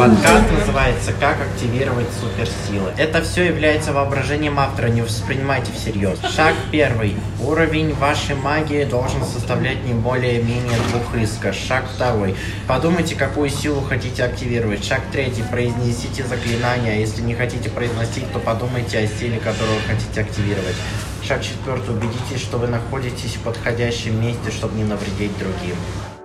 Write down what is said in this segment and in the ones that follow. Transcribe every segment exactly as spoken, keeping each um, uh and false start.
Подкаст называется «Как активировать суперсилы». Это все является воображением автора, не воспринимайте всерьез. Шаг первый. Уровень вашей магии должен составлять не более-менее двух искр. Шаг второй. Подумайте, какую силу хотите активировать. Шаг третий. Произнесите заклинание. Если не хотите произносить, то подумайте о силе, которую хотите активировать. Шаг четвертый. Убедитесь, что вы находитесь в подходящем месте, чтобы не навредить другим.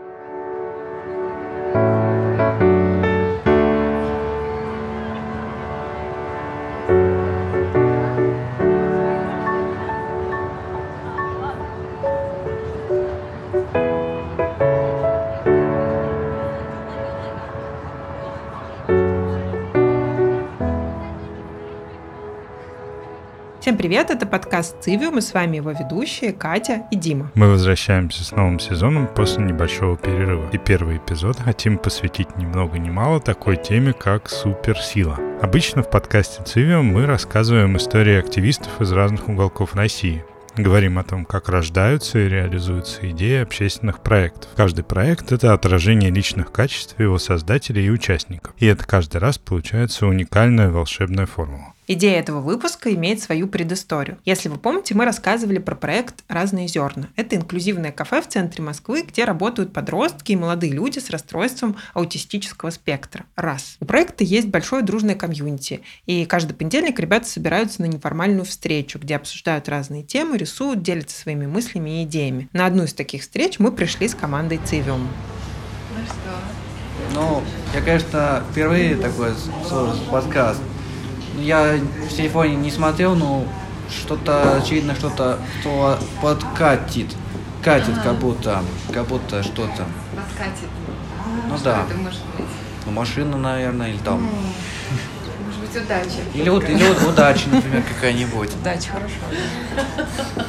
Всем привет, это подкаст «Цивиум», и с вами его ведущие Катя и Дима. Мы возвращаемся с новым сезоном после небольшого перерыва. И первый эпизод хотим посвятить ни много ни мало такой теме, как суперсила. Обычно в подкасте «Цивиум» мы рассказываем истории активистов из разных уголков России. Говорим о том, как рождаются и реализуются идеи общественных проектов. Каждый проект — это отражение личных качеств его создателей и участников. И это каждый раз получается уникальная волшебная формула. Идея этого выпуска имеет свою предысторию. Если вы помните, мы рассказывали про проект «Разные зерна». Это инклюзивное кафе в центре Москвы, где работают подростки и молодые люди с расстройством аутистического спектра. Раз. У проекта есть большое дружное комьюнити, и каждый понедельник ребята собираются на неформальную встречу, где обсуждают разные темы, рисуют, делятся своими мыслями и идеями. На одну из таких встреч мы пришли с командой «Цивиум». Ну что? Ну, я, конечно, впервые такой слушаю подкаст. Я в телефоне не смотрел, но что-то, очевидно, что-то что подкатит. Катит, ага. как будто, как будто что-то. Подкатит. Ну что да. это может быть? Ну, машина, наверное, или там. Может быть, удача. Или, или вот удача, например, какая-нибудь. Удача, хорошо.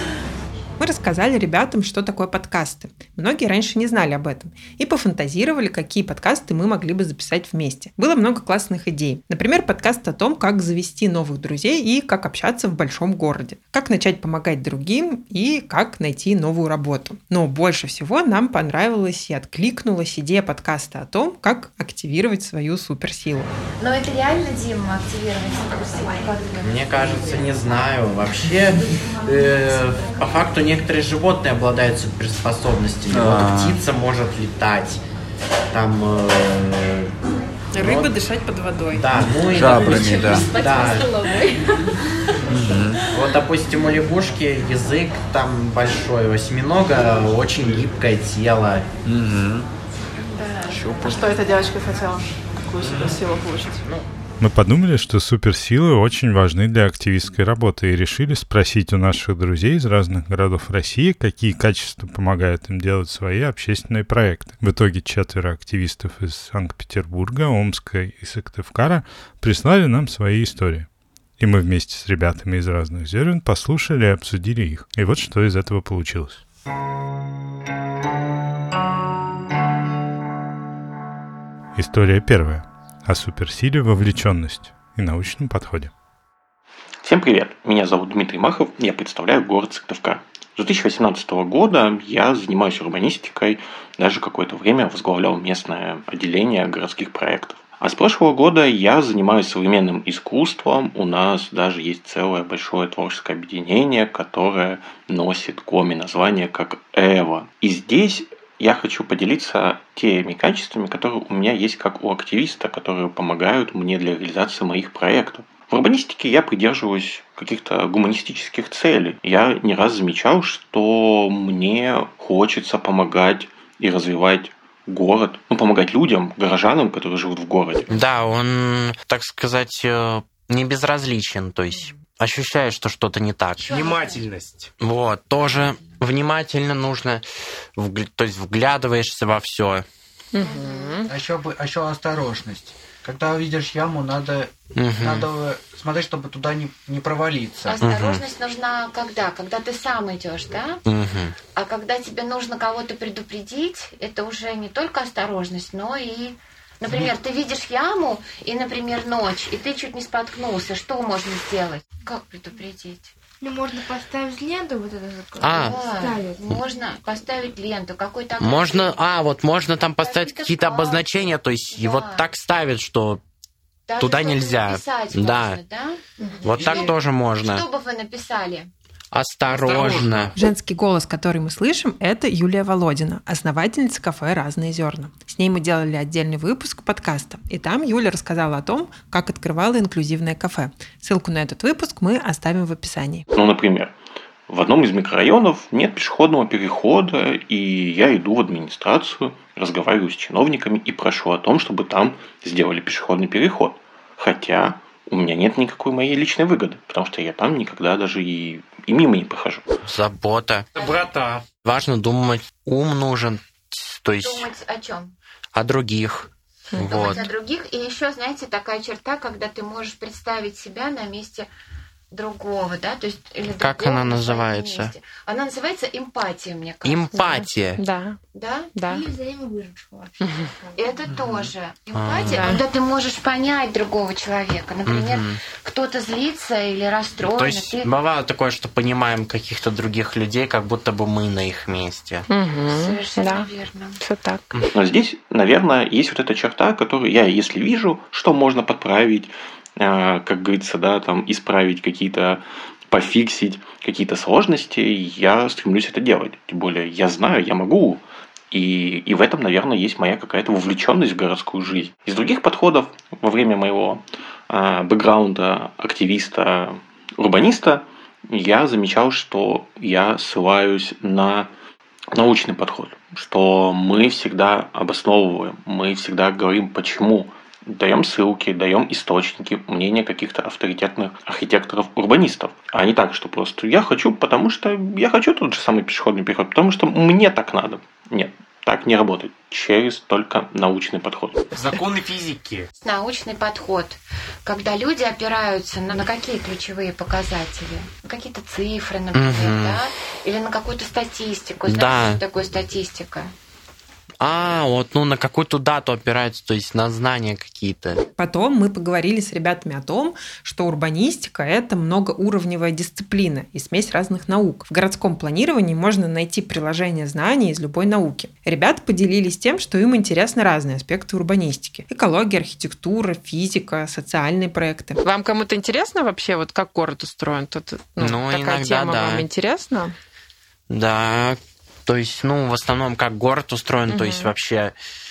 Мы рассказали ребятам, что такое подкасты. Многие раньше не знали об этом. И пофантазировали, какие подкасты мы могли бы записать вместе. Было много классных идей. Например, подкаст о том, как завести новых друзей и как общаться в большом городе. Как начать помогать другим и как найти новую работу. Но больше всего нам понравилась и откликнулась идея подкаста о том, как активировать свою суперсилу. Но это реально, Дима, активировать суперсилу? Мне кажется, не знаю. Вообще, э, по факту, некоторые животные обладают суперспособностями. А. Вот птица может летать. Там... Э, Рыба вот, дышать под водой. Да, ну и... Жабрами, допустим, да. да. Вот, допустим, у лягушки язык там большой, у осьминога очень гибкое тело. А что эта девочка хотела? Какую суперсилу получить? Мы подумали, что суперсилы очень важны для активистской работы и решили спросить у наших друзей из разных городов России, какие качества помогают им делать свои общественные проекты. В итоге четверо активистов из Санкт-Петербурга, Омска и Сыктывкара прислали нам свои истории. И мы вместе с ребятами из разных зерен послушали и обсудили их. И вот что из этого получилось. История первая. О суперсиле, вовлеченности и научном подходе. Всем привет, меня зовут Дмитрий Махов, я представляю город Сыктывкар. С две тысячи восемнадцатого года я занимаюсь урбанистикой, даже какое-то время возглавлял местное отделение городских проектов. А с прошлого года я занимаюсь современным искусством, у нас даже есть целое большое творческое объединение, которое носит коми-название как «Эва». И здесь... я хочу поделиться теми качествами, которые у меня есть как у активиста, которые помогают мне для реализации моих проектов. В урбанистике я придерживаюсь каких-то гуманистических целей. Я не раз замечал, что мне хочется помогать и развивать город, ну, помогать людям, горожанам, которые живут в городе. Да, он, так сказать, не безразличен, то есть... ощущаешь, что что-то не так. Внимательность. Вот, тоже внимательно нужно, то есть вглядываешься во все. Угу. А еще, а еще осторожность. Когда увидишь яму, надо, угу. надо смотреть, чтобы туда не, не провалиться. Осторожность угу. нужна когда? Когда ты сам идешь, да? Угу. А когда тебе нужно кого-то предупредить, это уже не только осторожность, но и... Например, ты видишь яму, и, например, ночь, и ты чуть не споткнулся. Что можно сделать? Как предупредить? Ну, можно поставить ленту, вот это вот. А. Да, можно поставить ленту, какой-то... Можно, а, вот можно там поставить Какие-то какие-то фразы. обозначения, то есть и Да. вот так ставят, что Даже туда что-то нельзя. написать Да. можно, да? вот так тоже можно. Что бы вы написали? Осторожно. Женский голос, который мы слышим, это Юлия Володина, основательница кафе «Разные зерна». С ней мы делали отдельный выпуск подкаста, и там Юля рассказала о том, как открывала инклюзивное кафе. Ссылку на этот выпуск мы оставим в описании. Ну, например, в одном из микрорайонов нет пешеходного перехода, и я иду в администрацию, разговариваю с чиновниками и прошу о том, чтобы там сделали пешеходный переход. Хотя у меня нет никакой моей личной выгоды, потому что я там никогда даже и, и мимо не прохожу. Забота. Доброта. Важно думать, ум нужен, то есть Думать о чем? о других. Думать Вот. о других. И еще, знаете, такая черта, когда ты можешь представить себя на месте другого, да, то есть или Как другого она на своем называется? месте. Она называется эмпатия, мне кажется. Эмпатия. Да, Да? да. Или взаимовыручка вообще. Это тоже эмпатия, Да. когда ты можешь понять другого человека. Например, Мгм. кто-то злится или расстроен. То и есть ты... бывает такое, что понимаем каких-то других людей, как будто бы мы на их месте. Совершенно Да, верно. все так. Но здесь, наверное, есть вот эта черта, которую я, если вижу, что можно подправить, э, как говорится, да, там, исправить какие-то, пофиксить какие-то сложности, я стремлюсь это делать. Тем более, я знаю, я могу. И, и в этом, наверное, есть моя какая-то вовлеченность в городскую жизнь. Из других подходов во время моего э, бэкграунда активиста, урбаниста, я замечал, что я ссылаюсь на научный подход, что мы всегда обосновываем, мы всегда говорим, почему, даем ссылки, даем источники, мнения каких-то авторитетных архитекторов-урбанистов, а не так, что просто я хочу, потому что я хочу тот же самый пешеходный переход, потому что мне так надо. Нет, так не работает. Через только научный подход. Законы физики. Научный подход, когда люди опираются на, на какие ключевые показатели, на какие-то цифры, например, Мгм. да, или на какую-то статистику. Да. Знаете, что такое статистика? А, вот, ну, на какую-то дату опираются, то есть на знания какие-то. Потом мы поговорили с ребятами о том, что урбанистика – это многоуровневая дисциплина и смесь разных наук. В городском планировании можно найти приложение знаний из любой науки. Ребята поделились тем, что им интересны разные аспекты урбанистики. Экология, архитектура, физика, социальные проекты. Вам кому-то интересно вообще, вот как город устроен? Тут, ну, Ну, такая иногда тема да. вам интересна? Да, то есть, ну, в основном, как город устроен, то Мгм. есть вообще,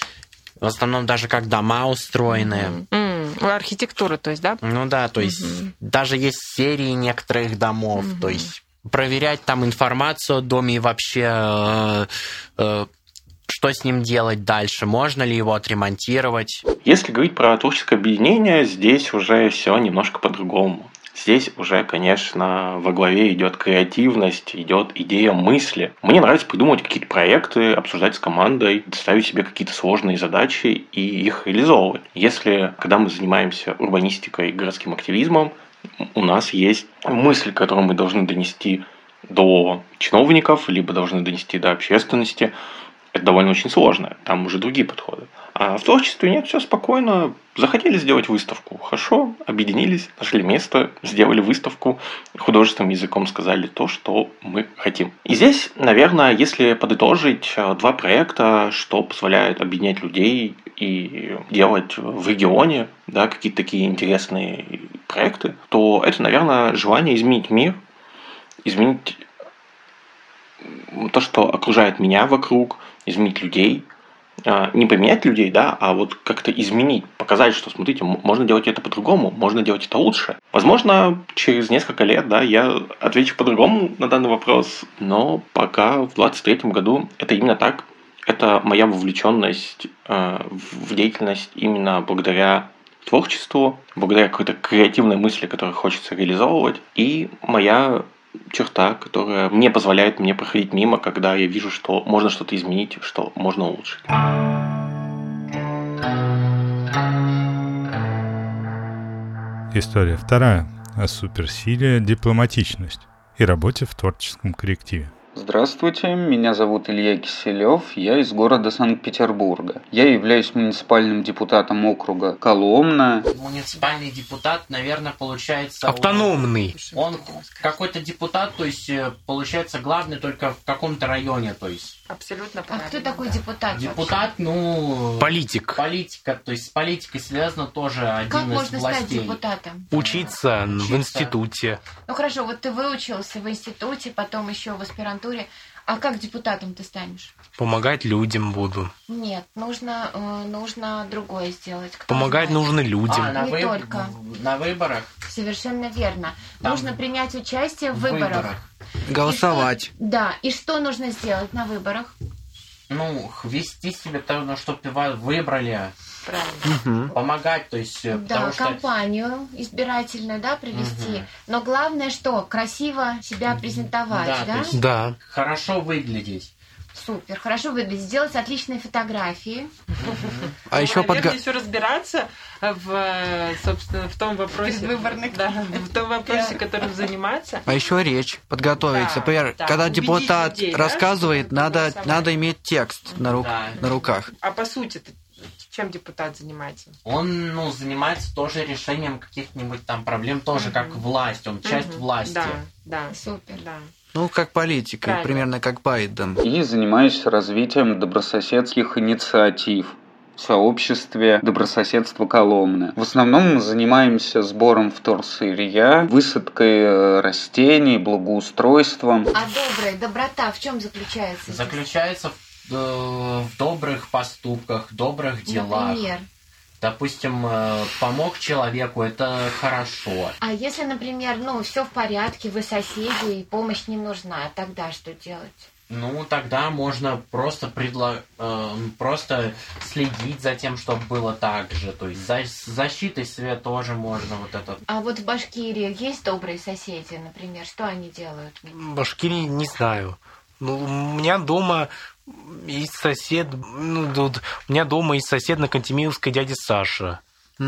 в основном даже как дома устроены. М, Архитектура, то есть, да? Ну да, то есть Мгм. даже есть серии некоторых домов, Мгм. то есть проверять там информацию о доме и вообще э, э, что с ним делать дальше, можно ли его отремонтировать. Если говорить про творческое объединение, здесь уже все немножко по-другому. Здесь уже, конечно, во главе идет креативность, идет идея мысли. Мне нравится придумывать какие-то проекты, обсуждать с командой, ставить себе какие-то сложные задачи и их реализовывать. Если, когда мы занимаемся урбанистикой и городским активизмом, у нас есть мысль, которую мы должны донести до чиновников, либо должны донести до общественности, это довольно очень сложно, там уже другие подходы. А в творчестве нет, все спокойно. Захотели сделать выставку, хорошо, объединились, нашли место, сделали выставку, художественным языком сказали то, что мы хотим. И здесь, наверное, если подытожить, два проекта, что позволяет объединять людей и делать в регионе, да, какие-то такие интересные проекты, то это, наверное, желание изменить мир, изменить то, что окружает меня вокруг, изменить людей, не поменять людей, да, а вот как-то изменить, показать, что, смотрите, можно делать это по-другому, можно делать это лучше. Возможно, через несколько лет, да, я отвечу по-другому на данный вопрос, но пока в двадцать третьем году это именно так. Это моя вовлеченность э, в деятельность именно благодаря творчеству, благодаря какой-то креативной мысли, которую хочется реализовывать, и моя черта, которая не позволяет мне проходить мимо, когда я вижу, что можно что-то изменить, что можно улучшить. История вторая. О суперсиле, дипломатичность и работе в творческом коллективе. Здравствуйте, меня зовут Илья Киселев, я из города Санкт-Петербурга. Я являюсь муниципальным депутатом округа Коломна. Муниципальный депутат, наверное, получается... Автономный. Он, он какой-то депутат, то есть, получается, главный только в каком-то районе, то есть... Абсолютно А правильно. кто такой депутат? Депутат, ну... Политик. Политика, то есть с политикой связано тоже один Как из можно властей. стать депутатом? Учиться, Учиться в институте. Ну хорошо, вот ты выучился в институте, потом еще в аспирантуре. А как депутатом ты станешь? Помогать людям буду. Нет, нужно, э, нужно другое сделать. Кто Помогать знает? нужно людям. А, на, Не вы- только. на выборах? Совершенно верно. Там нужно принять участие в В выборах. выборах. Голосовать. И что- да, и что нужно сделать на выборах? Ну, вести себя так, ну, чтобы вас выбрали. Правильно. Мгм. Помогать, то есть... э, Да, потому что... кампанию избирательную, да, провести. Мгм. Но главное что? Красиво себя презентовать, Да, да? то есть- Да. Хорошо выглядеть. Супер, хорошо выглядеть, сделать отличные фотографии. А еще Наверное, подго... еще разбираться в, собственно, в том вопросе, Предвыборных. да, в том вопросе, которым заниматься. А еще речь, подготовиться. Да, Например, да, когда убедить депутат людей, да, рассказывает, чтобы надо, голосовать. надо иметь текст на, рук... Да. на руках. А по сути, чем депутат занимается? Он, ну, занимается тоже решением каких-нибудь там проблем, тоже как власть. Он часть Мгм. власти. Да, да, Супер. да. Ну, как политик, Правильно. примерно как Байден. И занимаюсь развитием добрососедских инициатив в сообществе добрососедства Коломны. В основном мы занимаемся сбором вторсырья, высадкой э, растений, благоустройством. А добрая доброта в чем заключается? Заключается в, э, в добрых поступках, добрых делах. Например. Допустим, э, помог человеку, это хорошо. А если, например, ну, все в порядке, вы соседи, и помощь не нужна, тогда что делать? Ну, тогда можно просто предло... э, просто следить за тем, чтобы было так же. То есть за... с защитой себя тоже можно вот это. А вот в Башкирии есть добрые соседи, например, что они делают? В Башкирии не знаю. Ну, у меня дома есть сосед, ну, тут, у меня дома есть сосед на Кантемировской, дядя Саша.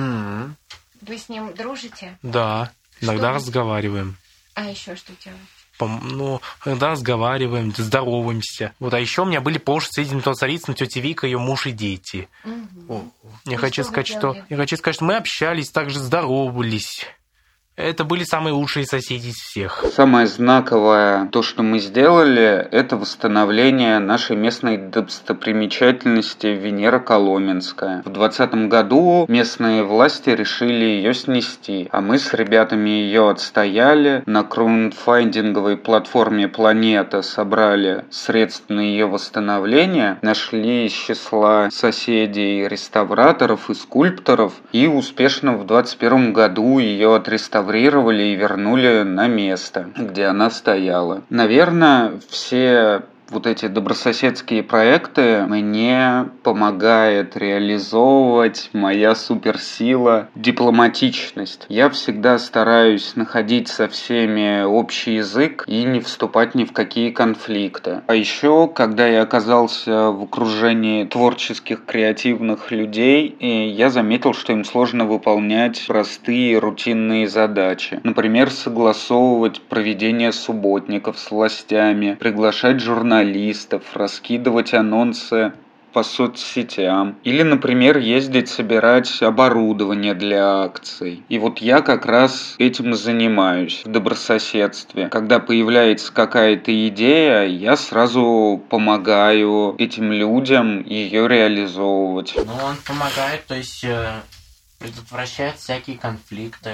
М. Вы с ним дружите? Да, иногда Что? разговариваем. А еще что делать? Пом- Ну, иногда разговариваем, здороваемся. Вот, а еще у меня были по уши свидетельства Царицына, тетя Вика, ее муж и дети. Мгм. Я И хочу что вы сказать, что делали? я хочу сказать, что мы общались, также здоровались. Это были самые лучшие соседи из всех. Самое знаковое, то, что мы сделали, это восстановление нашей местной достопримечательности Венера Коломенская. В двадцатом году местные власти решили ее снести, а мы с ребятами ее отстояли. На краундфандинговой платформе «Планета» собрали средства на ее восстановление, нашли из числа соседей реставраторов и скульпторов, и успешно в двадцать первом году ее отреставрировали и вернули на место, где она стояла. Наверное, все вот эти добрососедские проекты мне помогает реализовывать моя суперсила — дипломатичность. Я всегда стараюсь находить со всеми общий язык и не вступать ни в какие конфликты. А еще, когда я оказался в окружении творческих, креативных людей, и я заметил, что им сложно выполнять простые рутинные задачи. Например, согласовывать проведение субботников с властями, приглашать журналистов, раскидывать анонсы по соцсетям. Или, например, ездить собирать оборудование для акций. И вот я как раз этим занимаюсь в добрососедстве. Когда появляется какая-то идея, я сразу помогаю этим людям ее реализовывать. Ну, он помогает, то есть э, предотвращает всякие конфликты.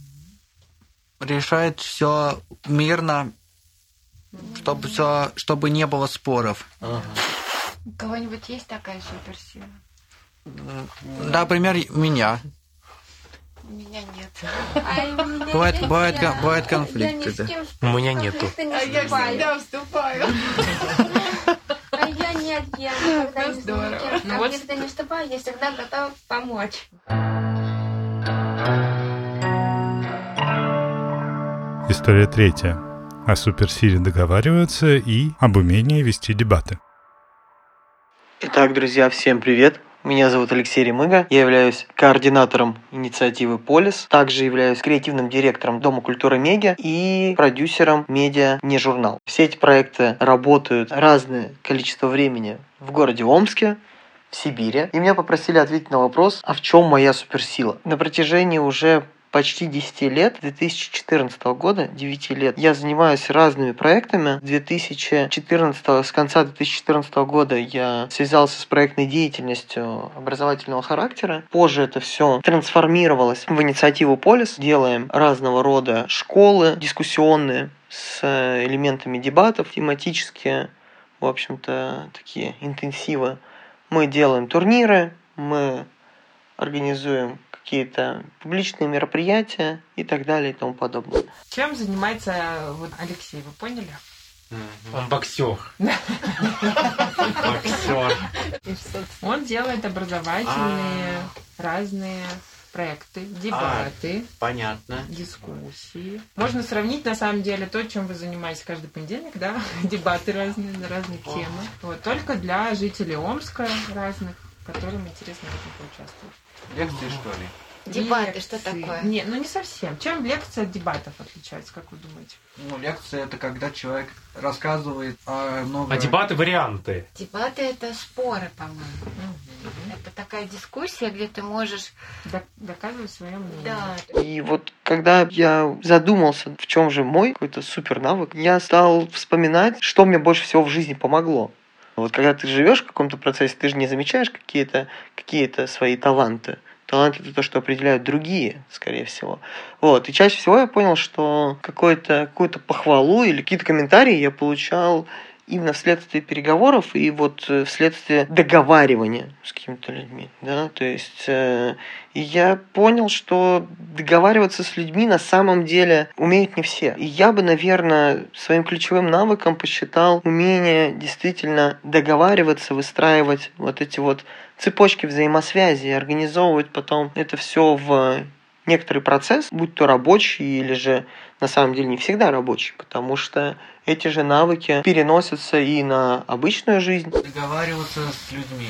Решает все мирно, чтобы все, чтобы не было споров. Ага. У кого-нибудь есть такая суперсила? Да, например, меня. У меня нет. А у меня Бывает- есть, бывает я- кон- бывают я конфликты, ни с да. кем У меня нету. конфликты не вступаю. вступаю. А я нет, я никогда Ну, не здорово. вступаю. Ну, А вот если не вступаю, я всегда готова помочь. История третья. О суперсиле договариваться и об умении вести дебаты. Итак, друзья, всем привет! Меня зовут Алексей Ремыга, я являюсь координатором инициативы «Полис», также являюсь креативным директором Дома культуры Меги и продюсером медиа «Не журнал». Все эти проекты работают разное количество времени в городе Омске, в Сибири. И меня попросили ответить на вопрос, а в чем моя суперсила? На протяжении уже почти десять лет, с две тысячи четырнадцатого года, девять лет, я занимаюсь разными проектами. С две тысячи четырнадцатого, с конца две тысячи четырнадцатого года я связался с проектной деятельностью образовательного характера. Позже это все трансформировалось в инициативу «Полис». Делаем разного рода школы дискуссионные с элементами дебатов, тематические, в общем-то, такие интенсивы. Мы делаем турниры, мы организуем какие-то публичные мероприятия и так далее и тому подобное. Чем занимается вот Алексей, вы поняли? Он боксер. Боксер. Он делает образовательные разные проекты, дебаты, а, понятно. Дискуссии. Можно сравнить, на самом деле, то, чем вы занимаетесь каждый понедельник, да? Дебаты разные на разные О. темы. Вот, только для жителей Омска разных, которым интересно в этом поучаствовать. Лекции, что ли? Дебаты, лекции. Что такое? Не, ну не совсем. Чем лекция от дебатов отличается, как вы думаете? Ну, лекция — это когда человек рассказывает о много... А дебаты — варианты. Дебаты — это споры, по-моему. Угу. Это такая дискуссия, где ты можешь доказывать свое мнение. Да. И вот когда я задумался, в чем же мой какой-то супер навык, я стал вспоминать, что мне больше всего в жизни помогло. Вот когда ты живешь в каком-то процессе, ты же не замечаешь какие-то, какие-то свои таланты. Талант — это то, что определяют другие, скорее всего. Вот. И чаще всего я понял, что какую-то, какую-то похвалу или какие-то комментарии я получал именно вследствие переговоров и вот вследствие договаривания с какими-то людьми. Да? То есть э, я понял, что договариваться с людьми на самом деле умеют не все. И я бы, наверное, своим ключевым навыком посчитал умение действительно договариваться, выстраивать вот эти вот цепочки взаимосвязи и организовывать потом это все в некоторый процесс, будь то рабочий или же на самом деле не всегда рабочий, потому что эти же навыки переносятся и на обычную жизнь. Договариваться с людьми.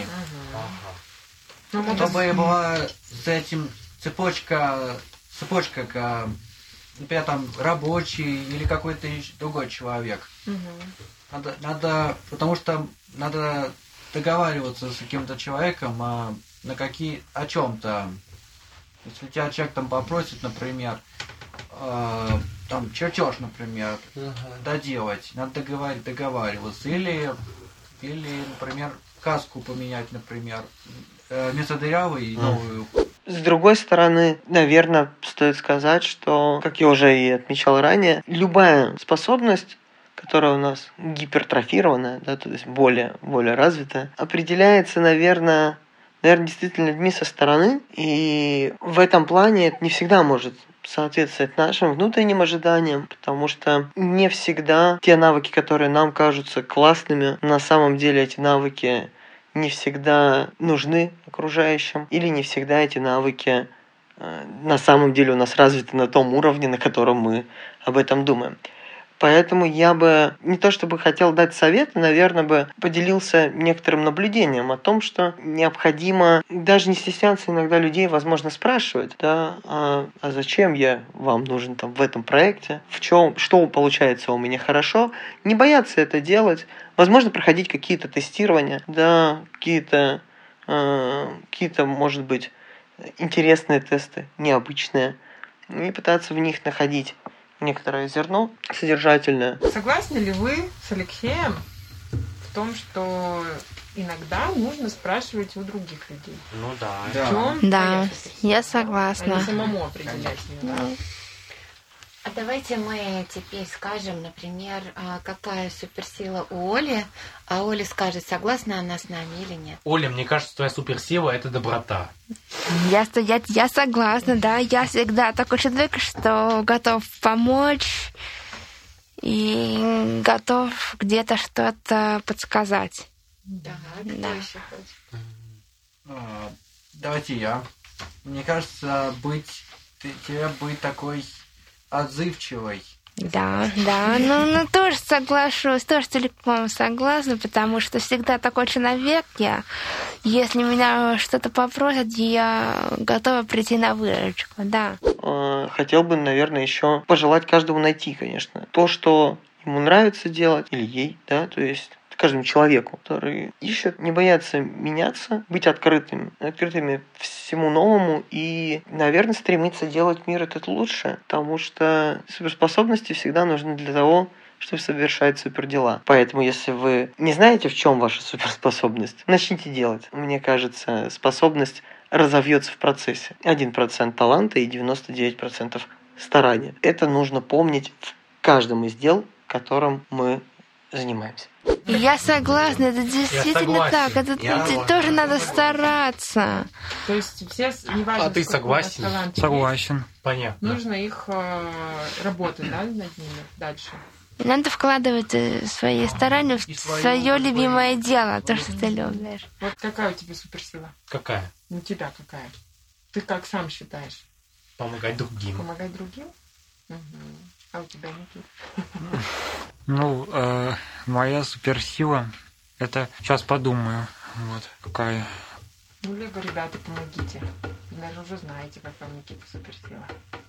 Угу. Ну, Чтобы это... была за этим цепочка, цепочка, как, например, там рабочий или какой-то другой человек. Угу. Надо, надо, потому что надо договариваться с каким-то человеком а, на какие, о чем-то. Если тебя человек там попросит, например, э, там чертеж, например, uh-huh. доделать, надо договаривать, договариваться. Или, или, например, каску поменять, например, э, вместо дырявой uh-huh. новую. С другой стороны, наверное, стоит сказать, что, как я уже и отмечал ранее, любая способность, которая у нас гипертрофированная, да, то есть более, более развитая, определяется, наверное, наверное, действительно людьми со стороны, и в этом плане это не всегда может соответствовать нашим внутренним ожиданиям, потому что не всегда те навыки, которые нам кажутся классными, на самом деле эти навыки не всегда нужны окружающим, или не всегда эти навыки э, на самом деле у нас развиты на том уровне, на котором мы об этом думаем. Поэтому я бы не то чтобы хотел дать совет, наверное, бы поделился некоторым наблюдением о том, что необходимо даже не стесняться иногда людей, возможно, спрашивать, да, а, а зачем я вам нужен там в этом проекте, в чем, что получается у меня хорошо, не бояться это делать, возможно, проходить какие-то тестирования, да, какие-то, э, какие-то, может быть, интересные тесты, необычные, и пытаться в них находить некоторое зерно содержательное. Согласны ли вы с Алексеем в том, что иногда нужно спрашивать у других людей? Ну да. В чем да, я согласна. А не самому определять. Да. А давайте мы теперь скажем, например, какая суперсила у Оли, а Оля скажет, согласна она с нами или нет. Оля, мне кажется, твоя суперсила — это доброта. Я, я, я согласна, да. Я всегда такой человек, что готов помочь и готов где-то что-то подсказать. Да, да. еще хочешь? А, давайте я. Мне кажется, быть тебе быть такой отзывчивой Да, да, ну, ну тоже соглашусь, тоже целиком согласна, потому что всегда такой человек я. Если меня что-то попросят, я готова прийти на выручку, да. Хотел бы, наверное, еще пожелать каждому найти, конечно, то, что ему нравится делать, или ей, да, то есть каждому человеку, который ищет, не бояться меняться, быть открытыми, открытыми всему новому и, наверное, стремиться делать мир этот лучше, потому что суперспособности всегда нужны для того, чтобы совершать супердела. Поэтому, если вы не знаете, в чем ваша суперспособность, начните делать. Мне кажется, способность разовьется в процессе. один процент таланта и девяносто девять процентов старания. Это нужно помнить в каждом из дел, которым мы занимаемся. Я согласна, это действительно так. Это Я тоже надо стараться. То есть все, неважно, А ты согласен? Согласен. Понятно. Нужно их э, работать, да, над ними дальше. Надо вкладывать свои старания в свое любимое дело, то, что ты любишь. Вот какая у тебя суперсила? Какая? У тебя какая? Ты как сам считаешь? Помогать другим. Помогать другим? Угу. А у тебя, Никит? Ну, э, моя суперсила, это сейчас подумаю, вот какая. Ну, либо, ребята, помогите. Вы даже уже знаете, какая у Никиты суперсила.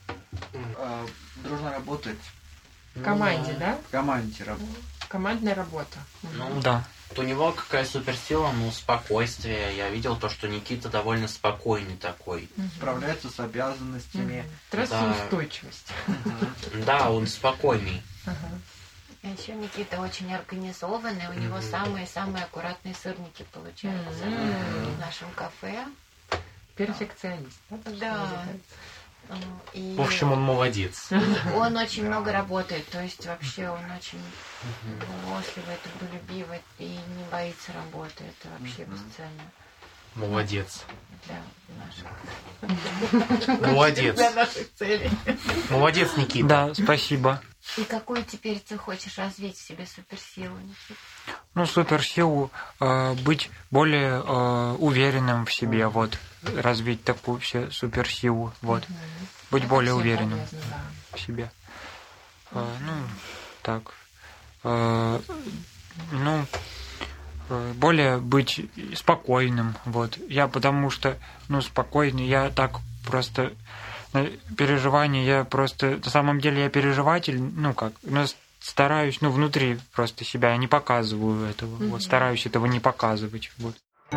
А, дружно работать. В команде, Ну, да? В команде работать. Командная работа. Ну, да. Вот у него какая суперсила, ну, спокойствие. Я видел то, что Никита довольно спокойный такой. Справляется с обязанностями. Стрессоустойчивость. Да, он спокойный. А еще Никита очень организованный, у него самые-самые аккуратные сырники получаются в нашем кафе. Перфекционист. Да. И В общем, он молодец. он очень много работает, то есть вообще он очень выносливый, трудолюбивый и не боится работы. Это вообще бесценно. Молодец. Для наших... Молодец. Для наших целей. Молодец, Никита. Да, спасибо. И какую теперь ты хочешь развить в себе суперсилу, Никита? Ну, суперсилу э, быть более э, уверенным в себе, вот, развить такую все суперсилу, вот, угу. быть Это более уверенным полезно, да. в себе. Э, ну, так, э, ну, э, более быть спокойным, вот. Я потому что, ну, спокойный, я так просто переживания, я просто, на самом деле я переживатель, ну как, ну, стараюсь, ну, внутри просто себя, я не показываю этого, mm-hmm. вот, стараюсь этого не показывать, вот.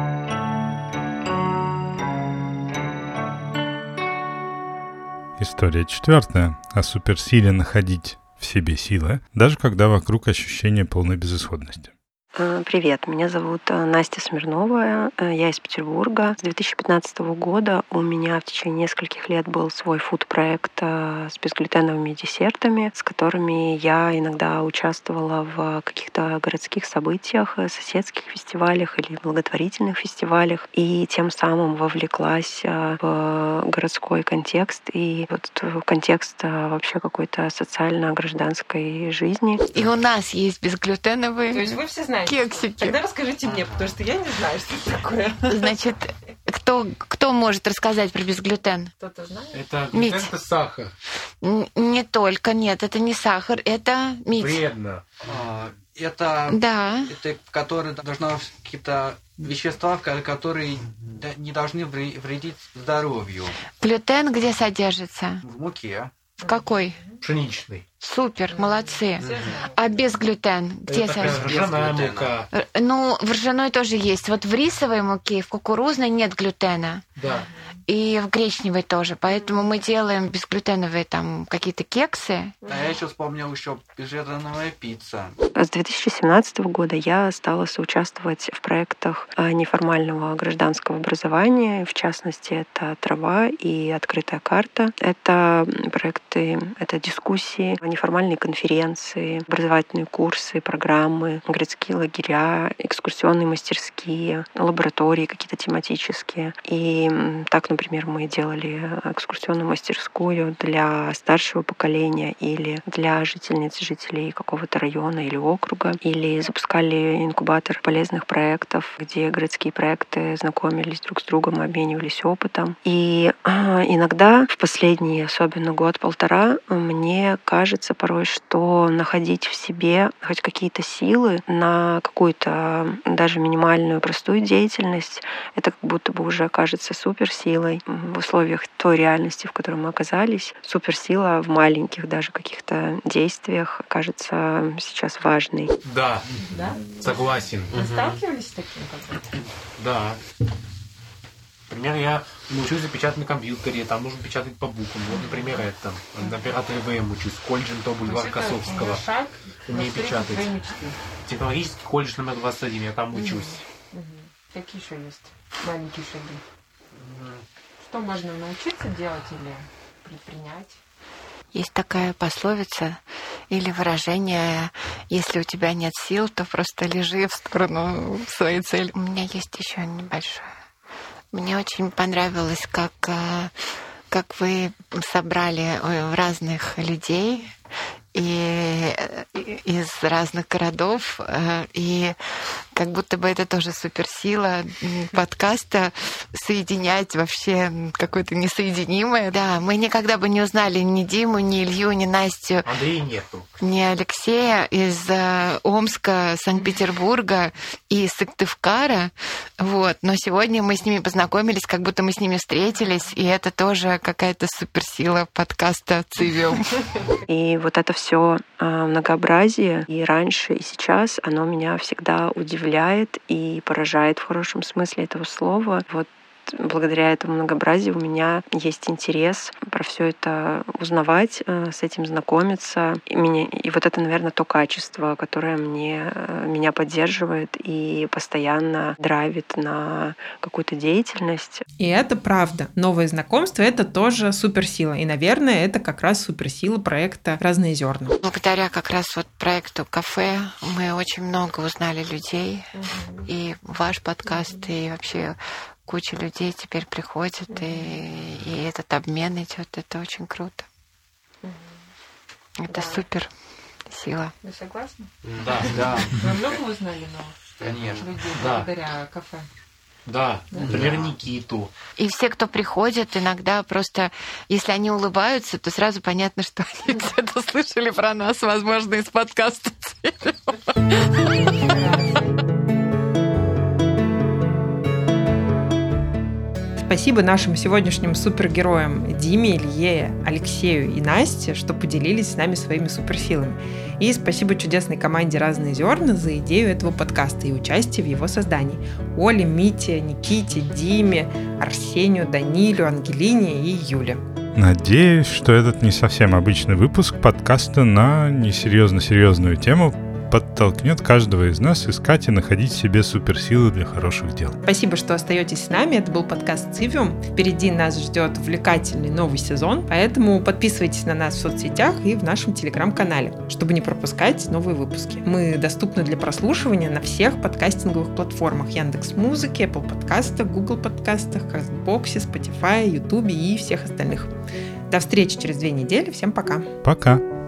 История четвертая. О суперсиле находить в себе силы, даже когда вокруг ощущение полной безысходности. Привет, меня зовут Настя Смирнова, я из Петербурга. С две тысячи пятнадцатого года у меня в течение нескольких лет был свой фуд-проект с безглютеновыми десертами, с которыми я иногда участвовала в каких-то городских событиях, соседских фестивалях или благотворительных фестивалях, и тем самым вовлеклась в городской контекст и вот в контекст вообще какой-то социально-гражданской жизни. И у нас есть безглютеновые. То есть вы все знаете? Кексики. Тогда расскажите мне, потому что я не знаю, что это такое. Значит, кто, кто может рассказать про безглютен? Кто-то знает? Это глютен, это сахар. Н- не только, нет, это не сахар, это мить. Вредно. А, это, да. это которые должны какие-то вещества, которые не должны вредить здоровью. Глютен где содержится? В муке. В какой? Пшеничный. Супер, молодцы. А безглютен где содержится? Ржаная мука. Ну, в ржаной тоже есть. Вот в рисовой муке, в кукурузной нет глютена. Да. И в гречневой тоже. Поэтому мы делаем безглютеновые там какие-то кексы. А я еще вспомнил еще безглютеновая пицца. С две тысячи семнадцатого года я стала соучаствовать в проектах неформального гражданского образования. В частности, это «Трава» и «Открытая карта». Это проекты, это дискуссии, неформальные конференции, образовательные курсы, программы, городские лагеря, экскурсионные мастерские, лаборатории какие-то тематические. И так, например, мы делали экскурсионную мастерскую для старшего поколения или для жительниц и жителей какого-то района или округа, или запускали инкубатор полезных проектов, где городские проекты знакомились друг с другом, обменивались опытом. И иногда в последний, особенно год-полтора, мне кажется, кажется порой, что находить в себе хоть какие-то силы на какую-то даже минимальную простую деятельность, это как будто бы уже кажется суперсилой в условиях той реальности, в которой мы оказались. Суперсила в маленьких даже каких-то действиях кажется сейчас важной. Да, Да? согласен. Вы сталкивались с таким когда-то? Да. Например, я учусь за печатать на компьютере, там нужно печатать по буквам. Вот, например, это. На оператора ВМ учусь, колледж эн тэ Бульвар Косовского. Умею печатать. Технологический колледж номер двадцать один, я там учусь. Какие еще есть маленькие шаги? Что можно научиться делать или предпринять? Есть такая пословица или выражение: если у тебя нет сил, то просто лежи в сторону своей цели. У меня есть еще небольшое. Мне очень понравилось, как, как вы собрали разных людей и из разных городов, и как будто бы это тоже суперсила подкаста соединять вообще какое-то несоединимое. Да, мы никогда бы не узнали ни Диму, ни Илью, ни Настю, Андрея нету, ни Алексея из Омска, Санкт-Петербурга и Сыктывкара. Вот. Но сегодня мы с ними познакомились, как будто мы с ними встретились, и это тоже какая-то суперсила подкаста «Цивиум». И вот это все многообразие и раньше, и сейчас, оно меня всегда удивляет и поражает в хорошем смысле этого слова. Вот благодаря этому многообразию у меня есть интерес про все это узнавать, с этим знакомиться. И, меня, и вот это, наверное, то качество, которое мне, меня поддерживает и постоянно драйвит на какую-то деятельность. И это правда. Новые знакомства — это тоже суперсила. И, наверное, это как раз суперсила проекта «Разные зерна». Благодаря как раз вот проекту «Кафе» мы очень много узнали людей. Mm-hmm. И ваш подкаст, mm-hmm. и вообще куча людей теперь приходит, и, и этот обмен идет. Это очень круто. Mm-hmm. Это да. Супер сила. Вы согласны? Да, да. Вы много узнали новых? Конечно. Людей Да. благодаря кафе? Да, например, Никиту. И все, кто приходит, иногда просто, если они улыбаются, то сразу понятно, что они где-то слышали про нас, возможно, из подкаста. Спасибо нашим сегодняшним супергероям Диме, Илье, Алексею и Насте, что поделились с нами своими суперсилами. И спасибо чудесной команде «Разные зерна» за идею этого подкаста и участие в его создании. Оле, Мите, Никите, Диме, Арсению, Данилю, Ангелине и Юле. Надеюсь, что этот не совсем обычный выпуск подкаста на несерьезно-серьезную тему подтолкнет каждого из нас искать и находить в себе суперсилы для хороших дел. Спасибо, что остаетесь с нами. Это был подкаст «Цивиум». Впереди нас ждет увлекательный новый сезон, поэтому подписывайтесь на нас в соцсетях и в нашем телеграм-канале, чтобы не пропускать новые выпуски. Мы доступны для прослушивания на всех подкастинговых платформах: Яндекс.Музыки, Apple подкастах, Google подкастах, Кастбоксе, Spotify, Ютубе и всех остальных. До встречи через две недели. Всем пока. Пока.